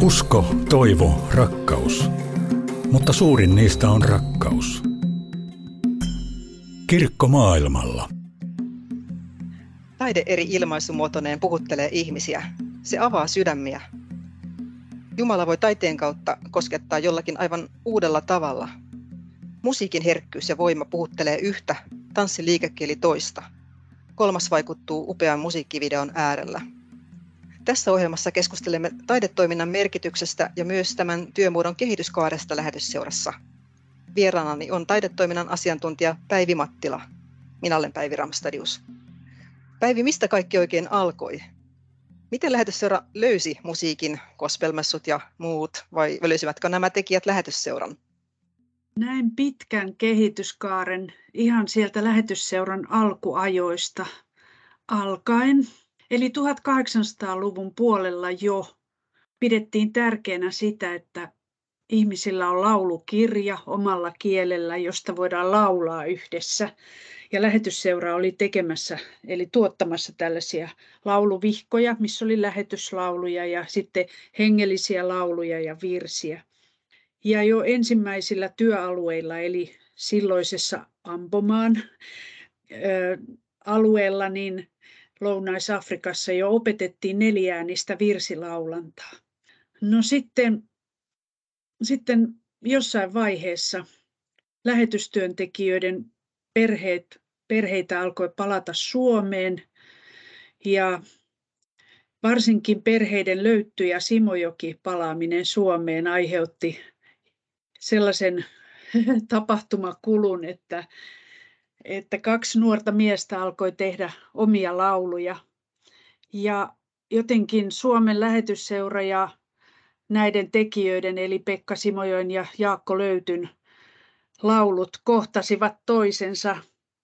Usko, toivo, rakkaus. Mutta suurin niistä on rakkaus. Kirkko maailmalla. Taide eri ilmaisumuotoineen puhuttelee ihmisiä. Se avaa sydämiä. Jumala voi taiteen kautta koskettaa jollakin aivan uudella tavalla. Musiikin herkkyys ja voima puhuttelee yhtä, tanssin liikekieli toista. Kolmas vaikuttuu upean musiikkivideon äärellä. Tässä ohjelmassa keskustelemme taidetoiminnan merkityksestä ja myös tämän työmuodon kehityskaaresta lähetysseurassa. Vieraanani on taidetoiminnan asiantuntija Päivi Mattila. Minä olen Päivi Ramstadius. Päivi, mistä kaikki oikein alkoi? Miten lähetysseura löysi musiikin, gospelmessut ja muut, vai löysivätkö nämä tekijät lähetysseuran? Näin pitkän kehityskaaren ihan sieltä lähetysseuran alkuajoista alkaen. Eli 1800-luvun puolella jo pidettiin tärkeänä sitä, että ihmisillä on laulukirja omalla kielellä, josta voidaan laulaa yhdessä. Ja lähetysseura oli tekemässä, eli tuottamassa tällaisia lauluvihkoja, missä oli lähetyslauluja ja sitten hengellisiä lauluja ja virsiä. Ja jo ensimmäisillä työalueilla, eli silloisessa Ambomaan alueella, niin Lounais-Afrikassa jo opetettiin neliäänistä virsilaulantaa. No sitten jossain vaiheessa lähetystyöntekijöiden perheitä alkoi palata Suomeen ja varsinkin perheiden Löytty ja Simojoki palaaminen Suomeen aiheutti sellaisen tapahtumakulun, että kaksi nuorta miestä alkoi tehdä omia lauluja. Ja jotenkin Suomen lähetysseura ja näiden tekijöiden, eli Pekka Simojoen ja Jaakko Löytyn laulut kohtasivat toisensa.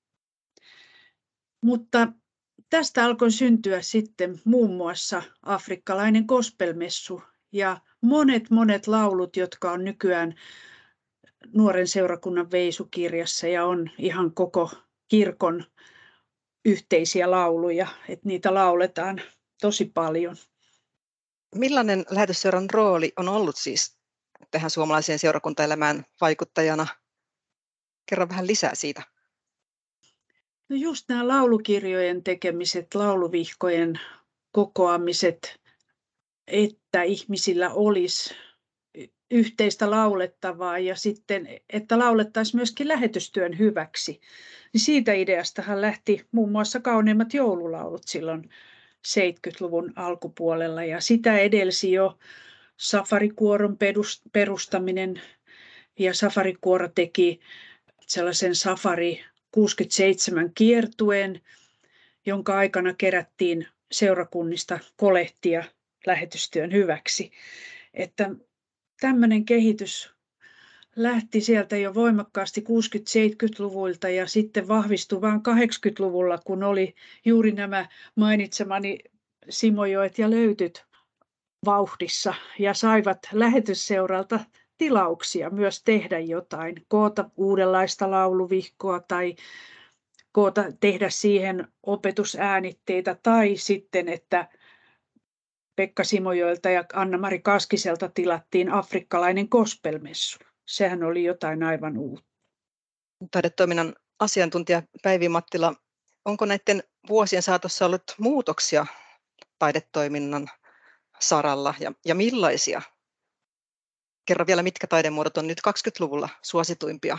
Mutta tästä alkoi syntyä sitten muun muassa afrikkalainen gospelmessu ja monet laulut, jotka on nykyään Nuoren seurakunnan veisukirjassa ja on ihan koko kirkon yhteisiä lauluja, että niitä lauletaan tosi paljon. Millainen lähetysseuran rooli on ollut siis tähän suomalaiseen seurakuntaelämään vaikuttajana? Kerro vähän lisää siitä. No just nämä laulukirjojen tekemiset, lauluvihkojen kokoamiset, että ihmisillä olisi yhteistä laulettavaa ja sitten, että laulettaisiin myöskin lähetystyön hyväksi. Niin siitä ideastahan lähti muun muassa Kauneimmat joululaulut silloin 70-luvun alkupuolella ja sitä edelsi jo safarikuoron perustaminen ja safarikuoro teki sellaisen safari 67 kiertueen, jonka aikana kerättiin seurakunnista kolehtia lähetystyön hyväksi. Että tämmöinen kehitys lähti sieltä jo voimakkaasti 60-70-luvulta ja sitten vahvistui vain 80-luvulla, kun oli juuri nämä mainitsemani Simojoet ja Löytyt vauhdissa ja saivat lähetysseuralta tilauksia myös tehdä jotain, koota uudenlaista lauluvihkoa tai tehdä siihen opetusäänitteitä tai sitten, että Pekka Simojoelta ja Anna-Mari Kaskiselta tilattiin afrikkalainen gospelmessu. Sehän oli jotain aivan uutta. Taidetoiminnan asiantuntija Päivi Mattila, onko näiden vuosien saatossa ollut muutoksia taidetoiminnan saralla ja millaisia? Kerro vielä, mitkä taidemuodot on nyt 20-luvulla suosituimpia?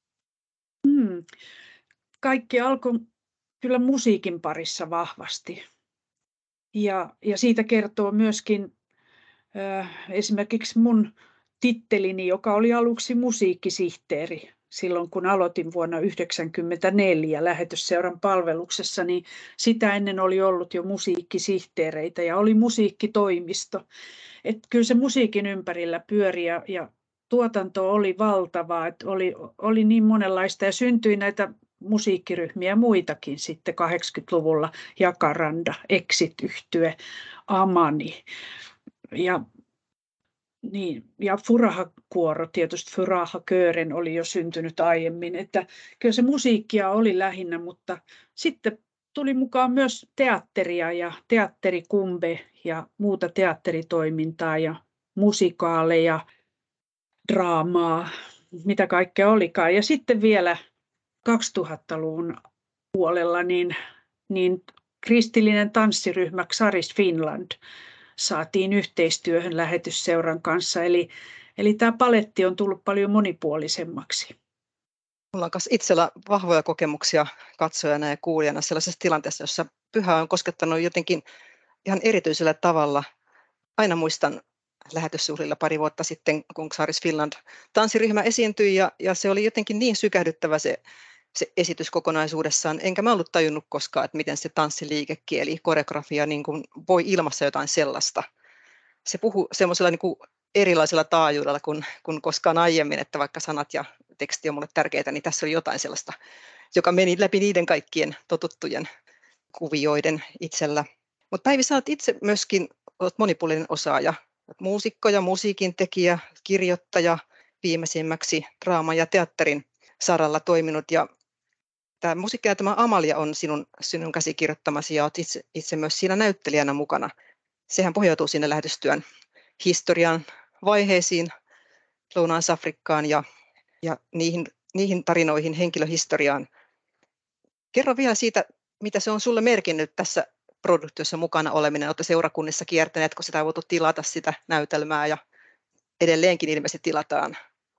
Kaikki alkoi kyllä musiikin parissa vahvasti. Ja siitä kertoo myöskin esimerkiksi mun tittelini, joka oli aluksi musiikkisihteeri. Silloin kun aloitin vuonna 1994 lähetysseuran palveluksessa, niin sitä ennen oli ollut jo musiikkisihteereitä ja oli musiikkitoimisto. Että kyllä se musiikin ympärillä pyöri ja tuotanto oli valtavaa, että oli niin monenlaista ja syntyi näitä musiikkiryhmiä muitakin sitten 80-luvulla, Jacaranda, Exit-yhtye, Amani ja Furaha-kuoro, tietysti Furaha-köören oli jo syntynyt aiemmin, että kyllä se musiikkia oli lähinnä, mutta sitten tuli mukaan myös teatteria ja teatterikumbe ja muuta teatteritoimintaa ja musikaaleja, draamaa, mitä kaikkea olikaan. Ja sitten vielä 2000-luvun puolella niin kristillinen tanssiryhmä Xaris Finland saatiin yhteistyöhön lähetysseuran kanssa. Eli tämä paletti on tullut paljon monipuolisemmaksi. Mulla on myös itsellä vahvoja kokemuksia katsojana ja kuulijana sellaisessa tilanteessa, jossa pyhä on koskettanut jotenkin ihan erityisellä tavalla. Aina muistan lähetysjuhlilla pari vuotta sitten, kun Xaris Finland tanssiryhmä esiintyi ja se oli jotenkin niin sykähdyttävä se esitys kokonaisuudessaan. Enkä mä ollut tajunnut koskaan, että miten se tanssiliikekieli, koreografia niin kuin voi ilmassa jotain sellaista. Se puhui semmoisella niin kuin erilaisella taajuudella kuin koskaan aiemmin, että vaikka sanat ja teksti on mulle tärkeitä, niin tässä oli jotain sellaista, joka meni läpi niiden kaikkien totuttujen kuvioiden itsellä. Mutta Päivi, sä oot itse myöskin monipuolinen osaaja, muusikko ja musiikin tekijä, kirjoittaja, viimeisimmäksi draaman ja teatterin saralla toiminut. Ja tämä musiikki ja tämä Amalia on sinun käsikirjoittamasi ja olet itse myös siinä näyttelijänä mukana. Sehän pohjautuu sinne lähetystyön historian vaiheisiin, Lounais-Afrikkaan ja niihin tarinoihin, henkilöhistoriaan. Kerro vielä siitä, mitä se on sulle merkinnyt tässä produktiossa mukana oleminen. Olette seurakunnissa kiertäneet, kun sitä on voitu tilata sitä näytelmää ja edelleenkin ilmeisesti tilataan.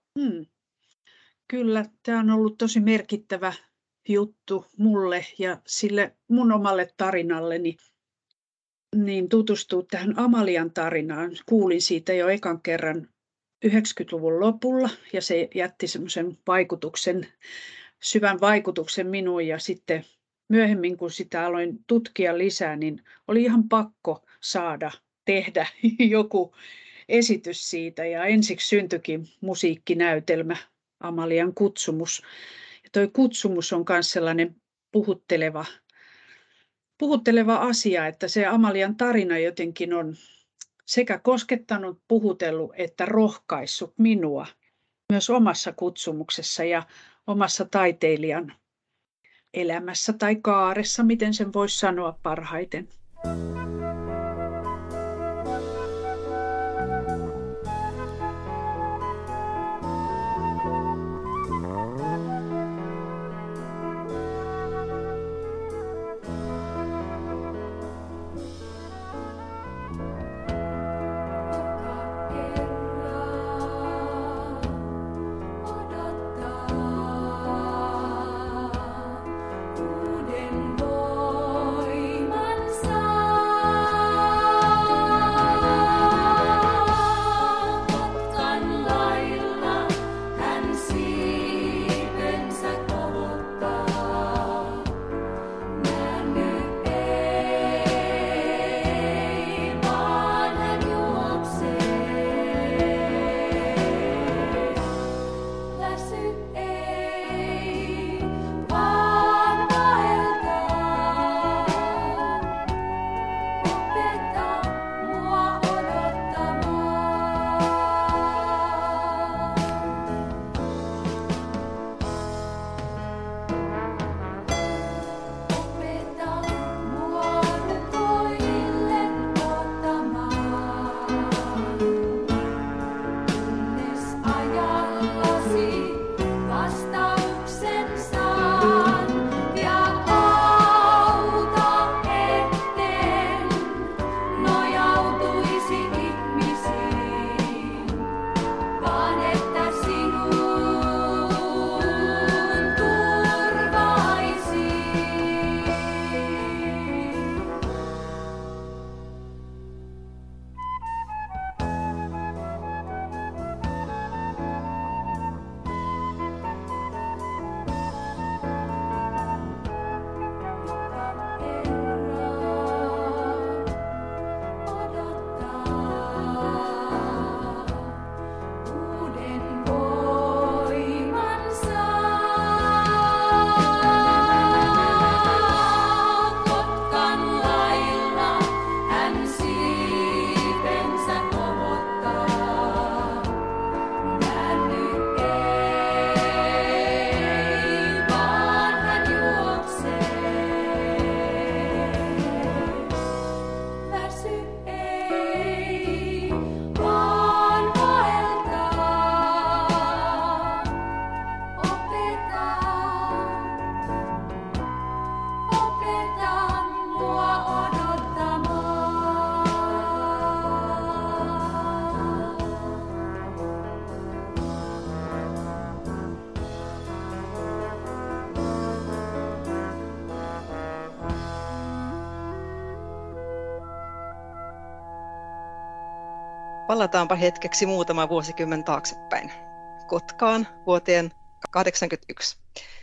Kyllä, tämä on ollut tosi merkittävä juttu mulle ja sille mun omalle tarinalleni. Niin tutustua tähän Amalian tarinaan. Kuulin siitä jo ekan kerran 90-luvun lopulla ja se jätti semmoisen syvän vaikutuksen minuun ja sitten myöhemmin kun sitä aloin tutkia lisää, niin oli ihan pakko tehdä joku esitys siitä ja ensiksi syntyikin musiikkinäytelmä Amalian kutsumus. Ja toi kutsumus on myös sellainen puhutteleva asia, että se Amalian tarina jotenkin on sekä koskettanut, puhutellut että rohkaissut minua myös omassa kutsumuksessa ja omassa taiteilijan elämässä tai kaaressa, miten sen voisi sanoa parhaiten. Voiman saa. Palataanpa hetkeksi muutama vuosikymmen taaksepäin. Kotkaan vuoteen 1981.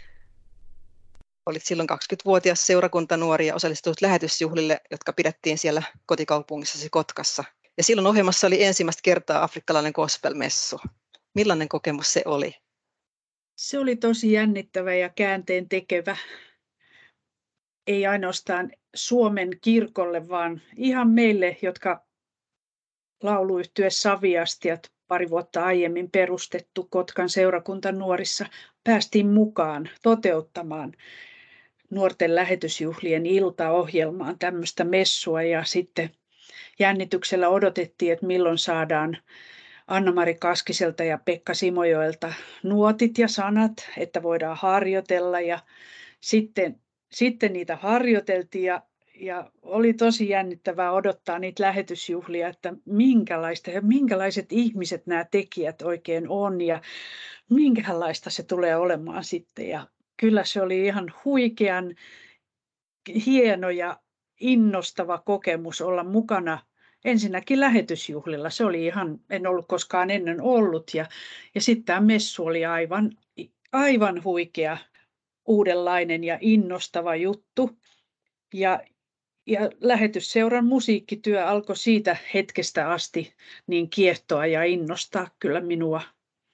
Olit silloin 20-vuotias seurakuntanuori ja osallistuit lähetysjuhlille, jotka pidettiin siellä kotikaupungissasi Kotkassa. Ja silloin ohjelmassa oli ensimmäistä kertaa afrikkalainen gospel-messu. Millainen kokemus se oli? Se oli tosi jännittävä ja käänteen tekevä. Ei ainoastaan Suomen kirkolle, vaan ihan meille, jotka lauluyhtye Saviastiat pari vuotta aiemmin perustettu Kotkan seurakuntanuorissa, päästiin mukaan toteuttamaan nuorten lähetysjuhlien iltaohjelmaan tämmöistä messua. Ja sitten jännityksellä odotettiin, että milloin saadaan Anna-Mari Kaskiselta ja Pekka Simojoelta nuotit ja sanat, että voidaan harjoitella. Ja sitten niitä harjoiteltiin ja oli tosi jännittävää odottaa niitä lähetysjuhlia, että minkälaiset ihmiset nämä tekijät oikein on ja minkälaista se tulee olemaan sitten. Ja kyllä se oli ihan huikean hieno ja innostava kokemus olla mukana ensinnäkin lähetysjuhlilla. Se oli en ollut koskaan ennen ollut ja sitten tämä messu oli aivan huikea, uudenlainen ja innostava juttu. Ja lähetysseuran musiikkityö alkoi siitä hetkestä asti niin kiehtoa ja innostaa kyllä minua.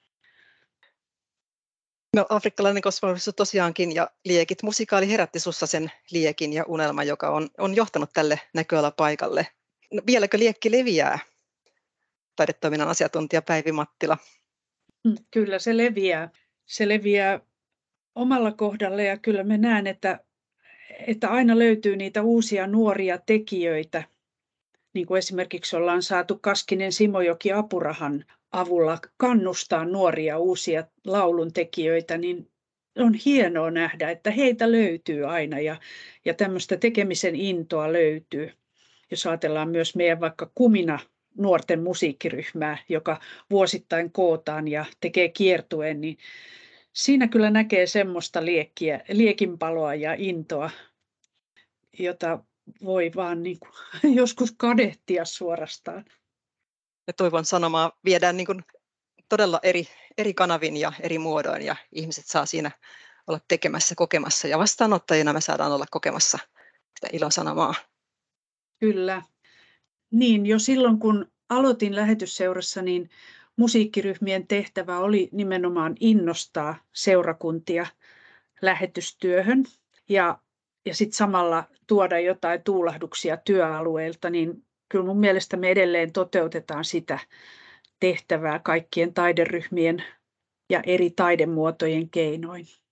No, afrikkalainen gospel-messu tosiaankin ja liekit. Musikaali herätti sussa sen liekin ja unelman, joka on johtanut tälle näköalapaikalle. No, vieläkö liekki leviää? Taidetoiminnan asiantuntija Päivi Mattila. Kyllä se leviää. Se leviää omalla kohdalla ja kyllä mä näen, että aina löytyy niitä uusia nuoria tekijöitä. Niin kuin esimerkiksi ollaan saatu Kaskinen Simojoki apurahan avulla kannustaa nuoria uusia lauluntekijöitä, niin on hienoa nähdä, että heitä löytyy aina ja tämmöistä tekemisen intoa löytyy. Jos ajatellaan myös meidän vaikka Kumina nuorten musiikkiryhmää, joka vuosittain kootaan ja tekee kiertueen, niin siinä kyllä näkee semmoista liekinpaloa ja intoa, jota voi vaan niin kuin joskus kadehtia suorastaan. Ja toivon sanomaa viedään niin kuin todella eri kanavin ja eri muodoin ja ihmiset saa siinä olla tekemässä, kokemassa ja vastaanottajina me saadaan olla kokemassa sitä ilon sanomaa. Kyllä. Niin, jo silloin kun aloitin lähetysseurassa, niin musiikkiryhmien tehtävä oli nimenomaan innostaa seurakuntia lähetystyöhön ja sitten samalla tuoda jotain tuulahduksia työalueilta, niin kyllä mun mielestä me edelleen toteutetaan sitä tehtävää kaikkien taideryhmien ja eri taidemuotojen keinoin.